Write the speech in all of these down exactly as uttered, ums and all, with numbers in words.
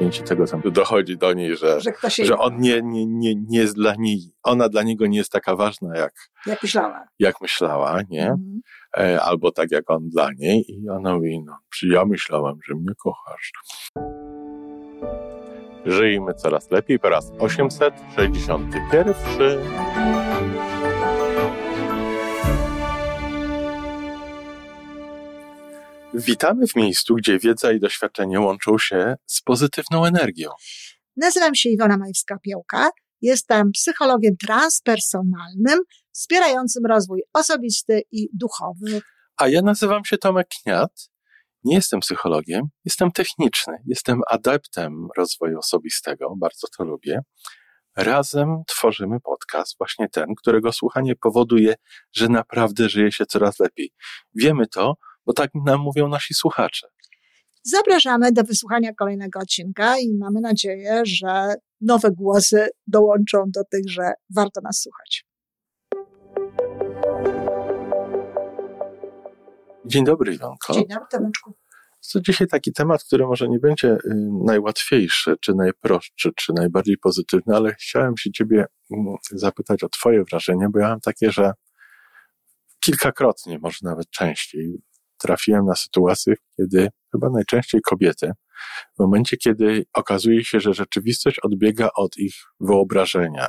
dotknięci tego, co dochodzi do niej, że, że, że on nie, nie, nie, nie jest dla niej, ona dla niego nie jest taka ważna, jak, jak myślała. Jak myślała, nie? Mhm. E, albo tak, jak on dla niej. I ona mówi, no, ja myślałam, że mnie kochasz. Żyjmy coraz lepiej po raz osiemset sześćdziesiąty pierwszy. Witamy w miejscu, gdzie wiedza i doświadczenie łączą się z pozytywną energią. Nazywam się Iwona Majewska-Piołka. Jestem psychologiem transpersonalnym, wspierającym rozwój osobisty i duchowy. A ja nazywam się Tomek Kniat. Nie jestem psychologiem, jestem techniczny. Jestem adeptem rozwoju osobistego, bardzo to lubię. Razem tworzymy podcast, właśnie ten, którego słuchanie powoduje, że naprawdę żyje się coraz lepiej. Wiemy to, bo tak nam mówią nasi słuchacze. Zapraszamy do wysłuchania kolejnego odcinka i mamy nadzieję, że nowe głosy dołączą do tych, że warto nas słuchać. Dzień dobry, Iwonko. Dzień dobry, Tomeczku. To dzisiaj taki temat, który może nie będzie y, najłatwiejszy, czy najprostszy, czy najbardziej pozytywny, ale chciałem się ciebie y, zapytać o twoje wrażenie, bo ja mam takie, że kilkakrotnie, może nawet częściej, trafiłem na sytuację, kiedy chyba najczęściej kobiety, w momencie, kiedy okazuje się, że rzeczywistość odbiega od ich wyobrażenia.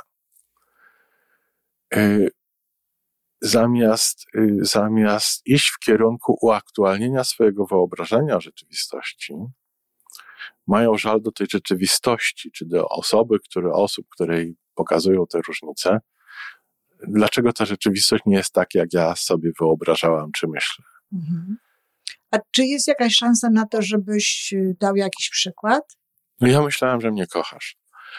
Y, zamiast, y, zamiast iść w kierunku uaktualnienia swojego wyobrażenia o rzeczywistości, mają żal do tej rzeczywistości, czy do osoby, które, osób, której pokazują te różnice. Dlaczego ta rzeczywistość nie jest tak, jak ja sobie wyobrażałam, czy myślę? Mhm. A czy jest jakaś szansa na to, żebyś dał jakiś przykład? No ja myślałam, że mnie kochasz.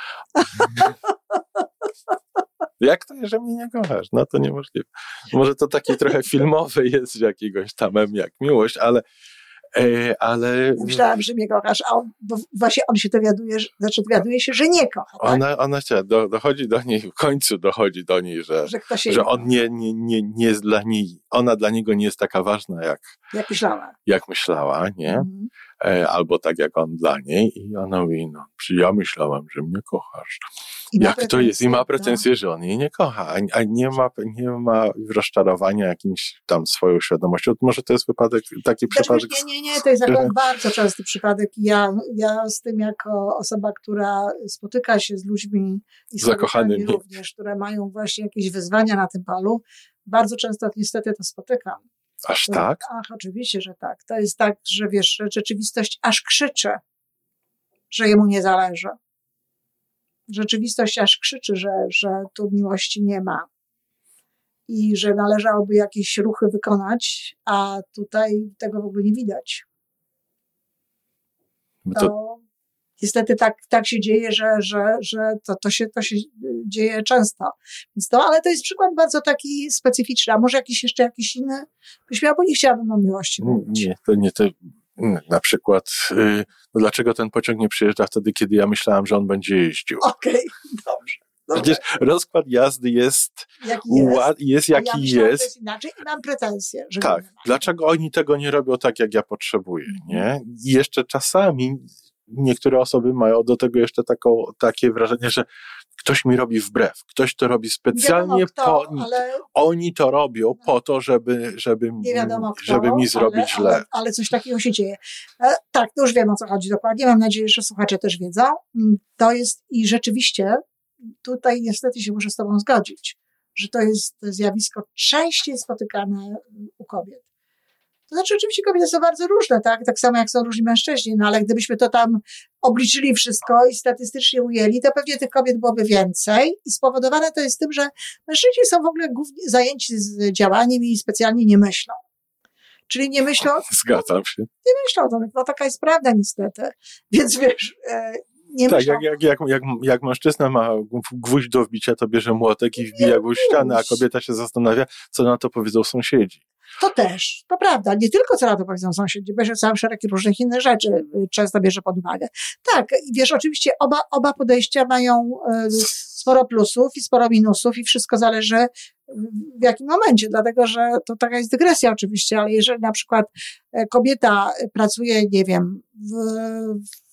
Jak to jest, że mnie nie kochasz? No to niemożliwe. Może to takie trochę filmowe jest z jakiegoś tam jak miłość, ale... E, ale... Myślałam, że mnie kochasz, a on, bo właśnie on się dowiaduje, że, znaczy dowiaduje się, że nie kocha. Tak? Ona, ona się, do, dochodzi do niej, w końcu dochodzi do niej, że, że, że on nie, nie, nie, nie jest dla niej, ona dla niego nie jest taka ważna, jak, jak myślała. Jak myślała, nie? Mhm. E, albo tak, jak on dla niej. I ona mówi, no, ja myślałam, że mnie kochasz. I jak to jest? I ma pretensję, no. że on jej nie kocha, a, a nie ma, nie ma rozczarowania jakimś tam swoją świadomością. Może to jest wypadek, taki Znaczy, przypadek... Nie, nie, nie, to jest akurat bardzo częsty przypadek. Ja, ja z tym jako osoba, która spotyka się z ludźmi i zakochanymi również, które mają właśnie jakieś wyzwania na tym polu, bardzo często niestety to spotykam. Aż to, tak? Ach, oczywiście, że tak. To jest tak, że wiesz, że rzeczywistość aż krzyczy, że jemu nie zależy. Rzeczywistość aż krzyczy, że, że tu miłości nie ma i że należałoby jakieś ruchy wykonać, a tutaj tego w ogóle nie widać. To, to niestety tak, tak się dzieje, że, że, że to, to, się, to się dzieje często. Więc to, ale to jest przykład bardzo taki specyficzny. A może jakiś jeszcze jakiś inny byś miał, bo nie chciałabym o miłości mówić. Nie, to nie to. Na przykład, yy, no dlaczego ten pociąg nie przyjeżdża wtedy, kiedy ja myślałam, że on będzie jeździł? Okej, okay, dobrze. dobrze. Przecież rozkład jazdy jest jaki jest, ład, jest jaki ja myślałam, jest. Że jest inaczej i mam pretensje, że tak, nie ma. Dlaczego oni tego nie robią tak, jak ja potrzebuję, nie? I jeszcze czasami niektóre osoby mają do tego jeszcze taką, takie wrażenie, że ktoś mi robi wbrew, ktoś to robi specjalnie, nie kto, po, ale... oni to robią po to, żeby, żeby, nie wiadomo kto, żeby mi zrobić ale, źle. Ale, ale coś takiego się dzieje. E, tak, to już wiem, o co chodzi dokładnie. Mam nadzieję, że słuchacze też wiedzą. To jest i rzeczywiście tutaj niestety się muszę z tobą zgodzić, że to jest zjawisko częściej spotykane u kobiet. To znaczy oczywiście kobiety są bardzo różne, tak? Tak samo jak są różni mężczyźni, no ale gdybyśmy to tam obliczyli wszystko i statystycznie ujęli, to pewnie tych kobiet byłoby więcej i spowodowane to jest tym, że mężczyźni są w ogóle głównie zajęci z działaniem i specjalnie nie myślą. Czyli nie myślą... Zgadzam się. Nie myślą, to, no taka jest prawda niestety. Więc wiesz... E, Nie tak, myślą. jak, jak, jak, jak, jak mężczyzna ma gwóźdź do wbicia, to bierze młotek i wbija go w ścianę, a kobieta się zastanawia, co na to powiedzą sąsiedzi. To też, to prawda. Nie tylko co na to powiedzą sąsiedzi, bierze cały szereg różnych innych rzeczy, często bierze pod uwagę. Tak, wiesz, oczywiście oba, oba podejścia mają sporo plusów i sporo minusów i wszystko zależy w jakim momencie, dlatego że to taka jest dygresja oczywiście, ale jeżeli na przykład kobieta pracuje, nie wiem, w,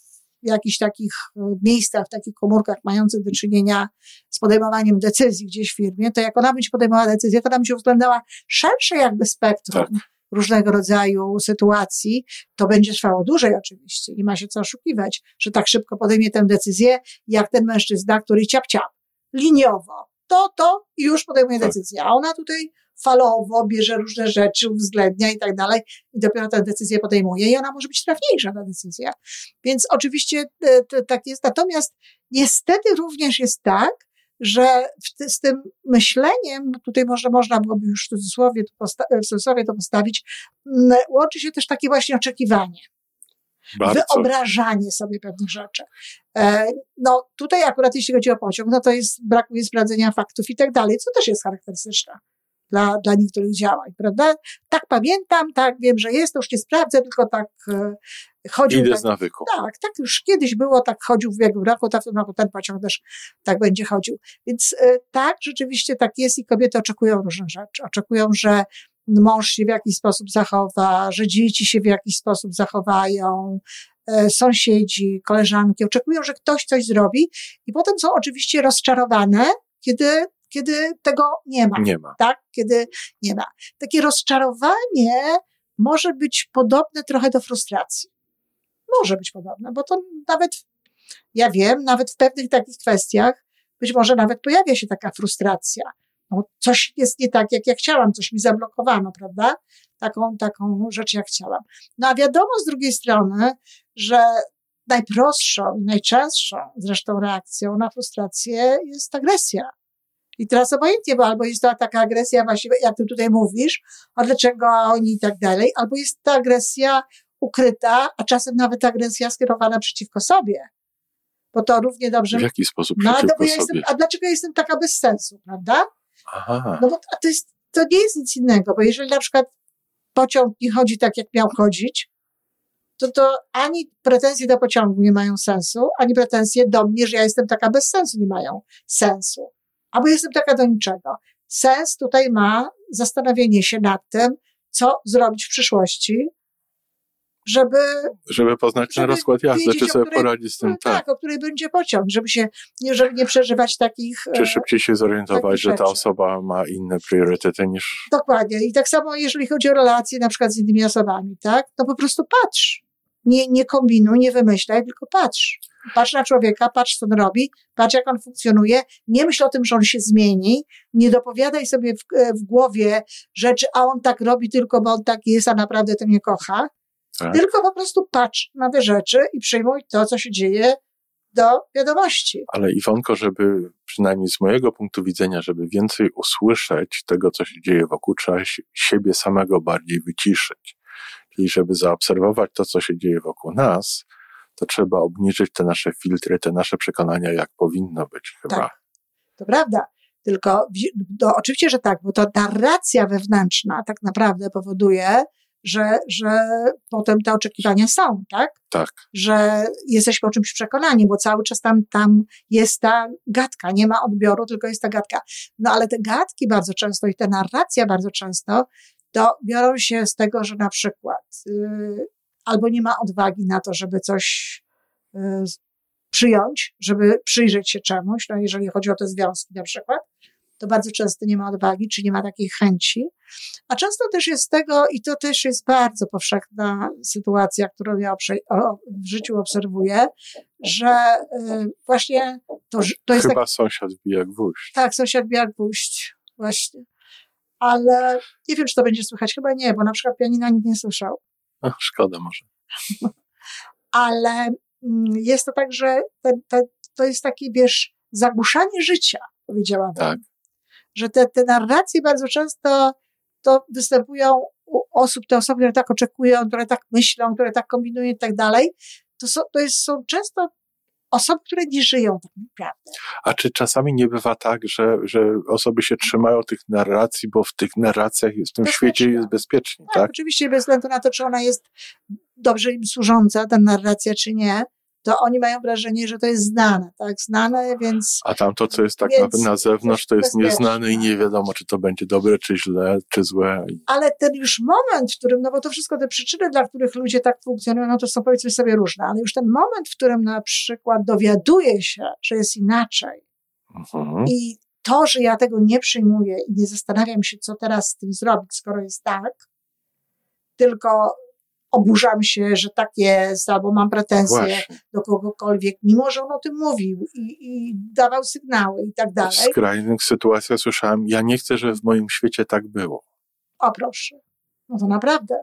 w jakichś takich miejscach, w takich komórkach mających do czynienia z podejmowaniem decyzji gdzieś w firmie, to jak ona będzie podejmowała decyzję, to ona będzie uwzględniała szersze jakby spektrum tak. różnego rodzaju sytuacji. To będzie trwało dłużej oczywiście. Nie ma się co oszukiwać, że tak szybko podejmie tę decyzję, jak ten mężczyzna, który ciap ciap, liniowo, to, to i już podejmuje tak. decyzję. A ona tutaj falowo bierze różne rzeczy, uwzględnia i tak dalej i dopiero tę decyzję podejmuje i ona może być trafniejsza, ta decyzja. Więc oczywiście to, tak jest. Natomiast niestety również jest tak, że w, z tym myśleniem, tutaj może można byłoby już w cudzysłowie to, posta- w cudzysłowie to postawić, m, łączy się też takie właśnie oczekiwanie. Bardzo. Wyobrażanie sobie pewnych rzeczy. E, no tutaj akurat jeśli chodzi o pociąg, no to jest, brakuje sprawdzenia faktów i tak dalej, co też jest charakterystyczne dla, dla niektórych działań, prawda? Tak pamiętam, tak wiem, że jest, to już nie sprawdzę, tylko tak e, chodził. Idę tak, z nawyku. Tak, tak już kiedyś było, tak chodził w ubiegłym roku, tak w tym roku ten pociąg też tak będzie chodził. Więc e, tak, rzeczywiście tak jest i kobiety oczekują różnych rzeczy. Oczekują, że mąż się w jakiś sposób zachowa, że dzieci się w jakiś sposób zachowają, e, sąsiedzi, koleżanki oczekują, że ktoś coś zrobi i potem są oczywiście rozczarowane, kiedy, kiedy tego nie ma. Nie ma. Tak? Kiedy nie ma. Takie rozczarowanie może być podobne trochę do frustracji. Może być podobne, bo to nawet, ja wiem, nawet w pewnych takich kwestiach być może nawet pojawia się taka frustracja. No, coś jest nie tak, jak ja chciałam, coś mi zablokowano, prawda? Taką, taką rzecz, jak chciałam. No a wiadomo z drugiej strony, że najprostszą i najczęstszą zresztą reakcją na frustrację jest agresja. I teraz obojętnie, bo albo jest to taka agresja właściwie, jak ty tutaj mówisz, a dlaczego oni i tak dalej, albo jest to agresja ukryta, a czasem nawet agresja skierowana przeciwko sobie. Bo to równie dobrze... W jaki sposób no, przeciwko bo ja sobie? jestem, a dlaczego ja jestem taka bez sensu, prawda? Aha. No bo to, jest, to nie jest nic innego, bo jeżeli na przykład pociąg nie chodzi tak, jak miał chodzić, to to ani pretensje do pociągu nie mają sensu, ani pretensje do mnie, że ja jestem taka bez sensu, nie mają sensu. Albo jestem taka do niczego. Sens tutaj ma zastanowienie się nad tym, co zrobić w przyszłości, żeby... Żeby poznać żeby ten rozkład jazdy, czy sobie której, poradzić z tym. No, tak, tak, o której będzie pociąg, żeby się, żeby nie przeżywać takich... Czy szybciej się zorientować, że ta rzeczy. osoba ma inne priorytety niż... Dokładnie. I tak samo, jeżeli chodzi o relacje na przykład z innymi osobami, tak? To po prostu patrz. Nie, nie kombinuj, nie wymyślaj, tylko patrz. Patrz na człowieka, patrz, co on robi, patrz, jak on funkcjonuje. Nie myśl o tym, że on się zmieni. Nie dopowiadaj sobie w, w głowie rzeczy, a on tak robi tylko, bo on tak jest, a naprawdę to mnie kocha. Tak. Tylko po prostu patrz na te rzeczy i przyjmuj to, co się dzieje, do wiadomości. Ale Iwonko, żeby przynajmniej z mojego punktu widzenia, żeby więcej usłyszeć tego, co się dzieje wokół, trzeba siebie samego bardziej wyciszyć. Czyli żeby zaobserwować to, co się dzieje wokół nas, to trzeba obniżyć te nasze filtry, te nasze przekonania, jak powinno być chyba. Tak, to prawda. Tylko to, oczywiście, że tak, bo to narracja wewnętrzna tak naprawdę powoduje, że, że potem te oczekiwania są, tak? Tak. Że jesteśmy o czymś przekonani, bo cały czas tam, tam jest ta gadka, nie ma odbioru, tylko jest ta gadka. No ale te gadki bardzo często i ta narracja bardzo często to biorą się z tego, że na przykład yy, albo nie ma odwagi na to, żeby coś yy, przyjąć, żeby przyjrzeć się czemuś, no jeżeli chodzi o te związki na przykład, to bardzo często nie ma odwagi, czy nie ma takiej chęci. A często też jest z tego, i to też jest bardzo powszechna sytuacja, którą ja w życiu obserwuję, że właśnie to, to jest... Chyba tak, sąsiad bije jak gwóźdź. Tak, sąsiad bije jak gwóźdź, właśnie. Ale nie wiem, czy to będzie słychać. Chyba nie, bo na przykład pianina nikt nie słyszał. Ach, szkoda może. Ale jest to tak, że te, te, to jest takie, wiesz, zagłuszanie życia, powiedziałabym. Tak. Że te, te narracje bardzo często to występują u osób, te osoby, które tak oczekują, które tak myślą, które tak kombinują i tak dalej, to są, to jest, są często osoby, które nie żyją tak naprawdę. A czy czasami nie bywa tak, że, że osoby się trzymają tych narracji, bo w tych narracjach, w tym świecie jest bezpiecznie, tak? Tak, oczywiście bez względu na to, czy ona jest dobrze im służąca, ta narracja, czy nie, to oni mają wrażenie, że to jest znane, tak, znane, więc... A tamto, co jest tak na zewnątrz, to jest nieznane i nie wiadomo, czy to będzie dobre, czy źle, czy złe. Ale ten już moment, w którym, no bo to wszystko te przyczyny, dla których ludzie tak funkcjonują, no to są powiedzmy sobie różne, ale już ten moment, w którym na przykład dowiaduje się, że jest inaczej mhm. i to, że ja tego nie przyjmuję i nie zastanawiam się, co teraz z tym zrobić, skoro jest tak, tylko oburzam się, że tak jest, albo mam pretensje Właśnie. do kogokolwiek, mimo że on o tym mówił i, i dawał sygnały i tak dalej. W skrajnych sytuacjach słyszałem, ja nie chcę, żeby w moim świecie tak było. O proszę, no to naprawdę.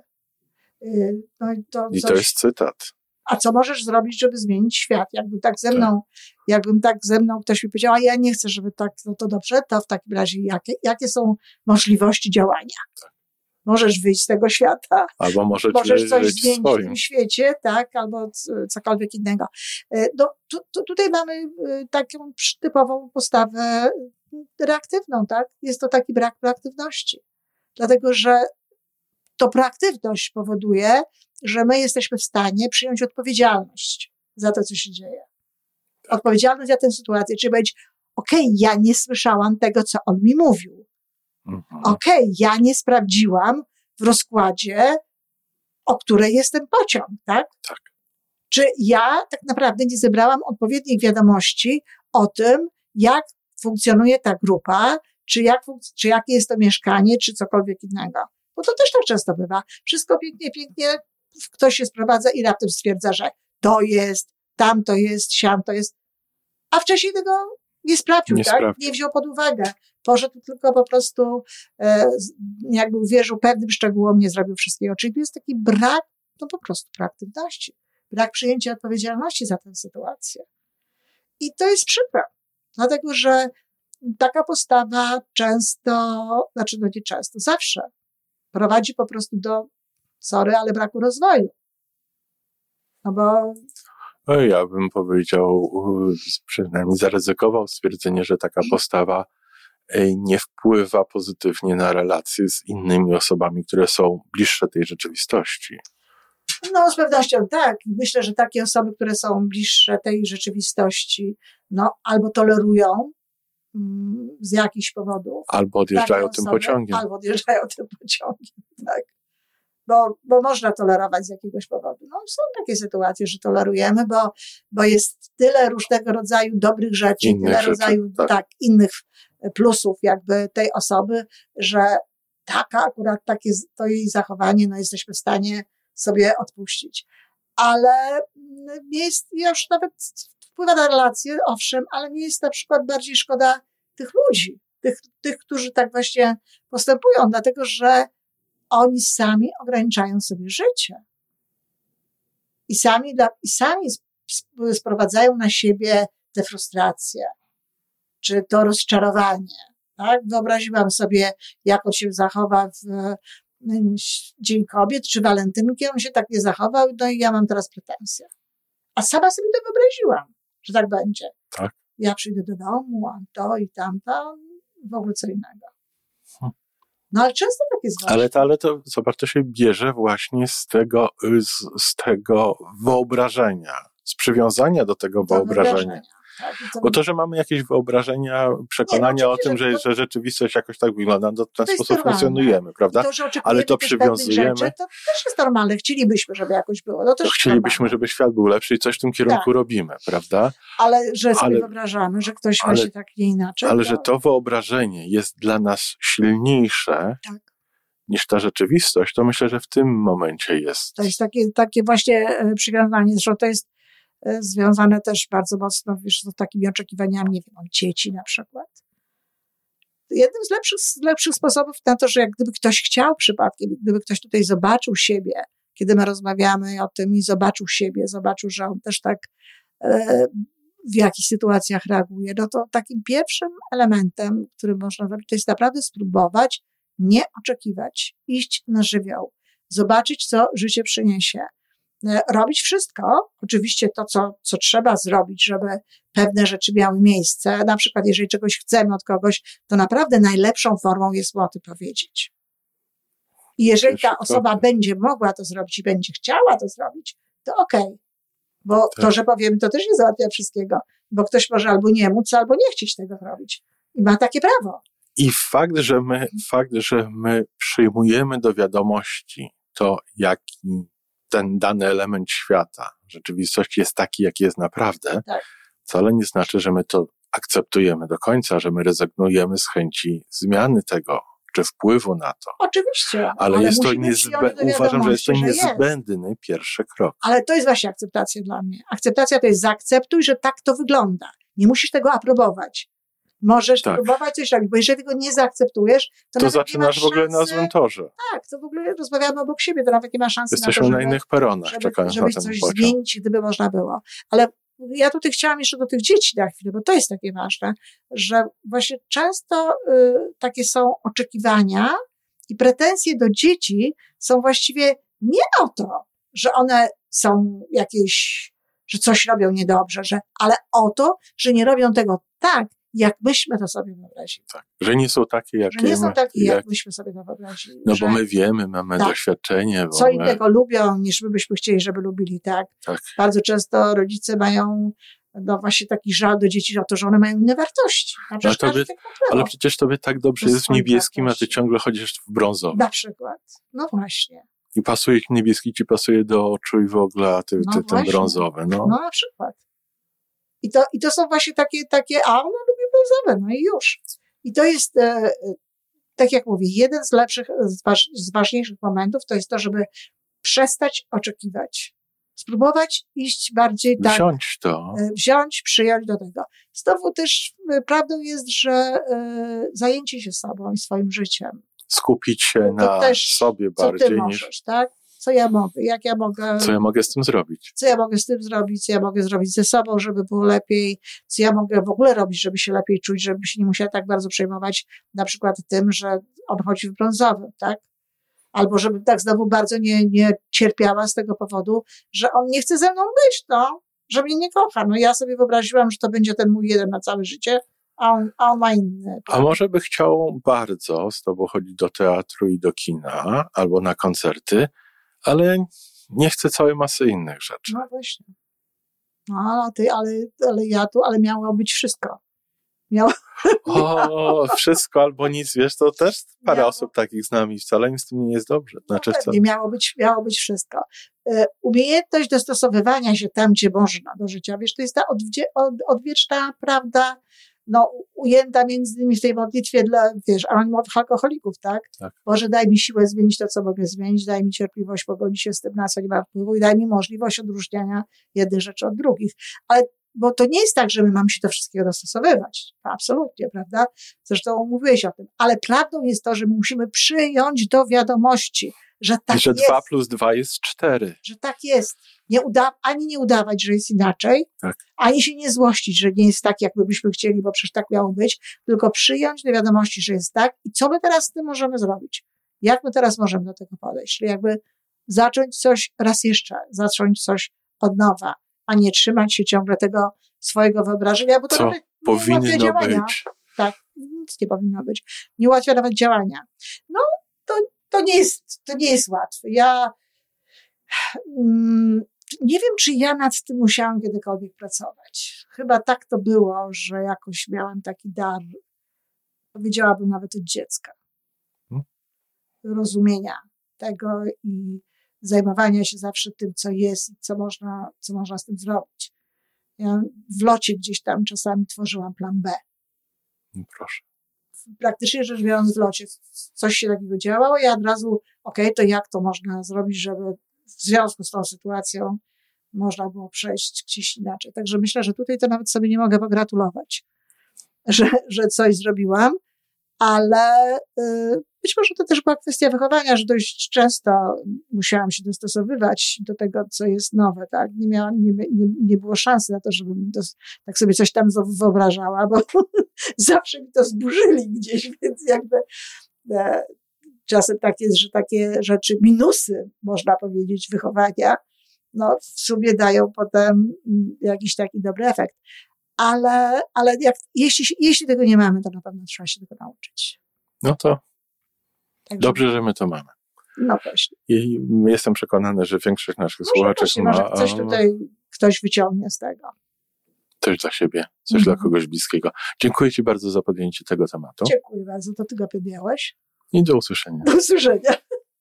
No i to, I coś... to jest cytat. A co możesz zrobić, żeby zmienić świat? Jakby tak ze mną, tak. jakbym tak ze mną ktoś mi powiedział, a ja nie chcę, żeby tak, no to dobrze, to w takim razie jakie, jakie są możliwości działania? Tak. Możesz wyjść z tego świata. Albo możesz, możesz coś żyć zmienić swoim. w tym świecie, tak, albo cokolwiek innego. No, tu, tu, tutaj mamy taką typową postawę reaktywną, tak? Jest to taki brak proaktywności. Dlatego, że to proaktywność powoduje, że my jesteśmy w stanie przyjąć odpowiedzialność za to, co się dzieje. Odpowiedzialność za tę sytuację, czyli powiedzieć, okej, okay, ja nie słyszałam tego, co on mi mówił. Mhm. Okej, okay, ja nie sprawdziłam w rozkładzie, o której jest ten pociąg, tak? Tak. Czy ja tak naprawdę nie zebrałam odpowiednich wiadomości o tym, jak funkcjonuje ta grupa, czy, jak, czy jakie jest to mieszkanie, czy cokolwiek innego. Bo to też tak często bywa. Wszystko pięknie, pięknie, ktoś się sprowadza i raptem stwierdza, że to jest, tam to jest, siam to jest, a wcześniej tego nie sprawdził, nie tak? Sprawdził. Nie wziął pod uwagę. Poszedł tylko po prostu, e, jakby uwierzył pewnym szczegółom, nie zrobił wszystkiego. Czyli tu jest taki brak, no po prostu proaktywności. Brak przyjęcia odpowiedzialności za tę sytuację. I to jest przykre. Dlatego, że taka postawa często, znaczy no nie często, zawsze prowadzi po prostu do, sorry, ale braku rozwoju. No bo... Ja bym powiedział, przynajmniej zaryzykował stwierdzenie, że taka postawa nie wpływa pozytywnie na relacje z innymi osobami, które są bliższe tej rzeczywistości. No, z pewnością tak. Myślę, że takie osoby, które są bliższe tej rzeczywistości, no, albo tolerują mm, z jakichś powodów. Albo odjeżdżają tym osoby, pociągiem. Albo odjeżdżają tym pociągiem, tak. Bo, bo można tolerować z jakiegoś powodu. No, są takie sytuacje, że tolerujemy, bo, bo jest tyle różnego rodzaju dobrych rzeczy, innych tyle rzeczy, rodzaju tak. tak, innych plusów jakby tej osoby, że taka akurat takie to jej zachowanie, no jesteśmy w stanie sobie odpuścić. Ale mnie jest, już nawet wpływa na relacje, owszem, ale mnie jest na przykład bardziej szkoda tych ludzi, tych, tych, którzy tak właśnie postępują, dlatego że oni sami ograniczają sobie życie. I sami, dla, i sami sprowadzają na siebie te frustracje, czy to rozczarowanie. Tak? Wyobraziłam sobie, jak on się zachowa w Dzień Kobiet, czy walentynki, on się tak nie zachował, no i ja mam teraz pretensje. A sama sobie to wyobraziłam, że tak będzie. Tak. Ja przyjdę do domu, a to i tamto, w ogóle co innego. No ale często tak jest właśnie. Ale to, ale to, zobacz, to się bierze właśnie z tego, z, z tego wyobrażenia, z przywiązania do tego do wyobrażenia. wyobrażenia. Tak, to... Bo to, że mamy jakieś wyobrażenia, przekonania nie, no, o tym, że, to... że rzeczywistość jakoś tak wygląda, to w ten to sposób normalne. funkcjonujemy, prawda? To, ale to przywiązujemy. Rzeczy, to też jest normalne. Chcielibyśmy, żeby jakoś było. No, to to chcielibyśmy, normalne. żeby świat był lepszy i coś w tym kierunku tak. robimy, prawda? Ale że sobie ale, wyobrażamy, że ktoś ale, właśnie tak nie inaczej. Ale to... że to wyobrażenie jest dla nas silniejsze tak. niż ta rzeczywistość, to myślę, że w tym momencie jest. To jest takie, takie właśnie przywiązanie, że to jest związane też bardzo mocno, wiesz, z takimi oczekiwaniami, nie wiem, od dzieci na przykład. Jednym z lepszych, z lepszych sposobów na to, że jak gdyby ktoś chciał przypadkiem, gdyby ktoś tutaj zobaczył siebie, kiedy my rozmawiamy o tym i zobaczył siebie, zobaczył, że on też tak e, w jakichś sytuacjach reaguje, no to takim pierwszym elementem, który można zrobić, to jest naprawdę spróbować nie oczekiwać, iść na żywioł, zobaczyć, co życie przyniesie. Robić wszystko, oczywiście to, co, co trzeba zrobić, żeby pewne rzeczy miały miejsce. Na przykład, jeżeli czegoś chcemy od kogoś, to naprawdę najlepszą formą jest mu o tym powiedzieć. I jeżeli ta osoba będzie mogła to zrobić i będzie chciała to zrobić, to okej. Okay. Bo tak. to, że powiemy, to też nie załatwia wszystkiego, bo ktoś może albo nie móc, albo nie chcieć tego robić. I ma takie prawo. I fakt, że my, fakt, że my przyjmujemy do wiadomości to, jaki ten dany element świata, rzeczywistości jest taki, jaki jest naprawdę, tak. wcale nie znaczy, że my to akceptujemy do końca, że my rezygnujemy z chęci zmiany tego, czy wpływu na to. Oczywiście. Ale, ale jest to niezbę- uważam, że jest to niezbędny jest. pierwszy krok. Ale to jest właśnie akceptacja dla mnie. Akceptacja to jest zaakceptuj, że tak to wygląda. Nie musisz tego aprobować. Możesz tak. próbować coś robić, bo jeżeli tego nie zaakceptujesz, to, to zaczynasz w ogóle na złym torze. Tak, to w ogóle rozmawiamy obok siebie, to nawet nie ma szansy Jesteśmy na to, żeby, na innych peronach, żeby, czekając żeby na ten coś pociąg. zmienić, gdyby można było. Ale ja tutaj chciałam jeszcze do tych dzieci na chwilę, bo to jest takie ważne, że właśnie często y, takie są oczekiwania i pretensje do dzieci są właściwie nie o to, że one są jakieś, że coś robią niedobrze, że, ale o to, że nie robią tego tak, jak myśmy to sobie wyobrazili. Tak, że nie są takie, jak Że nie są takie, jak, jak myśmy sobie to wyobrazili. No że, bo my wiemy, mamy tak, doświadczenie. Co my... innego lubią, niż my byśmy chcieli, żeby lubili, tak? tak. Bardzo często rodzice mają no właśnie taki żal do dzieci o to, że one mają inne wartości. Ale, tobie, tak ale przecież tobie tak dobrze jest w niebieskim, wartości. A ty ciągle chodzisz w brązowym. Na przykład. No właśnie. I pasuje niebieski, ci pasuje do oczu i w ogóle, a ty, no ty ten brązowy. No. no na przykład. I to, i to są właśnie takie, takie, a ona lubi brązowe, no i już. I to jest, e, tak jak mówię, jeden z lepszych, z, waż, z ważniejszych momentów to jest to, żeby przestać oczekiwać. Spróbować iść bardziej tak. Wziąć to. E, wziąć, przyjąć do tego. Znowu też e, prawdą jest, że e, zajęcie się sobą i swoim życiem. Skupić się to na też, sobie bardziej co ty możesz, niż... tak? Co ja mogę, jak ja mogę... Co ja mogę z tym zrobić? Co ja mogę z tym zrobić, co ja mogę zrobić ze sobą, żeby było lepiej, co ja mogę w ogóle robić, żeby się lepiej czuć, żeby się nie musiała tak bardzo przejmować na przykład tym, że on chodzi w brązowym, tak? Albo żebym tak znowu bardzo nie, nie cierpiała z tego powodu, że on nie chce ze mną być, no, że mnie nie kocha. No ja sobie wyobraziłam, że to będzie ten mój jeden na całe życie, a on, a on ma inny. A może by chciał bardzo z tobą chodzić do teatru i do kina, albo na koncerty, ale nie chce całej masy innych rzeczy. No właśnie. No, ale, ty, ale, ale ja tu, ale miało być wszystko. Miało... O, wszystko albo nic, wiesz, to też parę miało... osób takich z nami, wcale im z tym nie jest dobrze. Znaczy, no, pewnie, miało być, miało być wszystko. Umiejętność dostosowywania się tam, gdzie można do życia, wiesz, to jest ta odwie, od, odwieczna prawda, no, ujęta między innymi w tej modlitwie dla, wiesz, anonimowych alkoholików, tak? tak? Boże, daj mi siłę zmienić to, co mogę zmienić, daj mi cierpliwość pogodzić się z tym, na co nie ma wpływu i daj mi możliwość odróżniania jednych rzeczy od drugich. Ale, bo to nie jest tak, że my mamy się do wszystkiego dostosowywać. Absolutnie, prawda? Zresztą mówiłeś o tym. Ale prawdą jest to, że my musimy przyjąć do wiadomości, że tak I że jest. dwa plus dwa jest cztery. Że tak jest. Nie uda, ani nie udawać, że jest inaczej, tak. ani się nie złościć, że nie jest tak, jak my byśmy chcieli, bo przecież tak miało być, tylko przyjąć do wiadomości, że jest tak i co my teraz z tym możemy zrobić? Jak my teraz możemy do tego podejść? Czyli jakby zacząć coś raz jeszcze, zacząć coś od nowa, a nie trzymać się ciągle tego swojego wyobrażenia, bo to co nawet nie powinno ułatwia działania. Być. Tak, nic nie powinno być. Nie ułatwia nawet działania. No, to, to nie jest, to nie jest łatwe. Ja mm, nie wiem, czy ja nad tym musiałam kiedykolwiek pracować. Chyba tak to było, że jakoś miałam taki dar, powiedziałabym nawet od dziecka, hmm? rozumienia tego i zajmowania się zawsze tym, co jest i co można, co można z tym zrobić. Ja w locie gdzieś tam czasami tworzyłam plan B. No proszę. Praktycznie rzecz biorąc w locie coś się takiego działało, ja od razu, okej, okay, to jak to można zrobić, żeby w związku z tą sytuacją można było przejść gdzieś inaczej. Także myślę, że tutaj to nawet sobie nie mogę pogratulować, że, że coś zrobiłam, ale y, być może to też była kwestia wychowania, że dość często musiałam się dostosowywać do tego, co jest nowe, tak? Nie miałam, nie, nie, nie było szansy na to, żebym to, tak sobie coś tam wyobrażała, bo zawsze mi to zburzyli gdzieś, więc jakby e, czasem tak jest, że takie rzeczy, minusy, można powiedzieć, wychowania, no w sumie dają potem jakiś taki dobry efekt. Ale, ale jak, jeśli, jeśli tego nie mamy, to na pewno trzeba się tego nauczyć. No to Także, dobrze, że my to mamy. No właśnie. I jestem przekonany, że większość naszych może słuchaczy właśnie, ma... Może ktoś tutaj ktoś wyciągnie z tego. Coś dla siebie, coś mhm. dla kogoś bliskiego. Dziękuję Ci bardzo za podjęcie tego tematu. Dziękuję bardzo, to Ty go podjęłeś. I do usłyszenia. Do usłyszenia.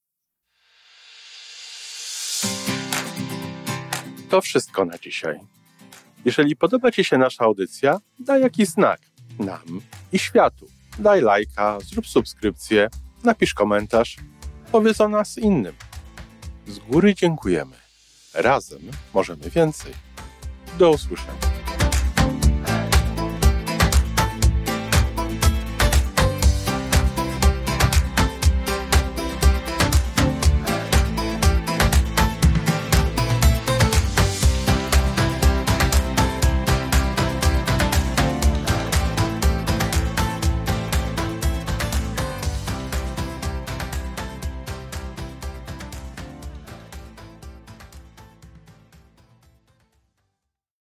To wszystko na dzisiaj. Jeżeli podoba Ci się nasza audycja, daj jakiś znak nam i światu. Daj lajka, zrób subskrypcję, napisz komentarz, powiedz o nas innym. Z góry dziękujemy. Razem możemy więcej. Do usłyszenia.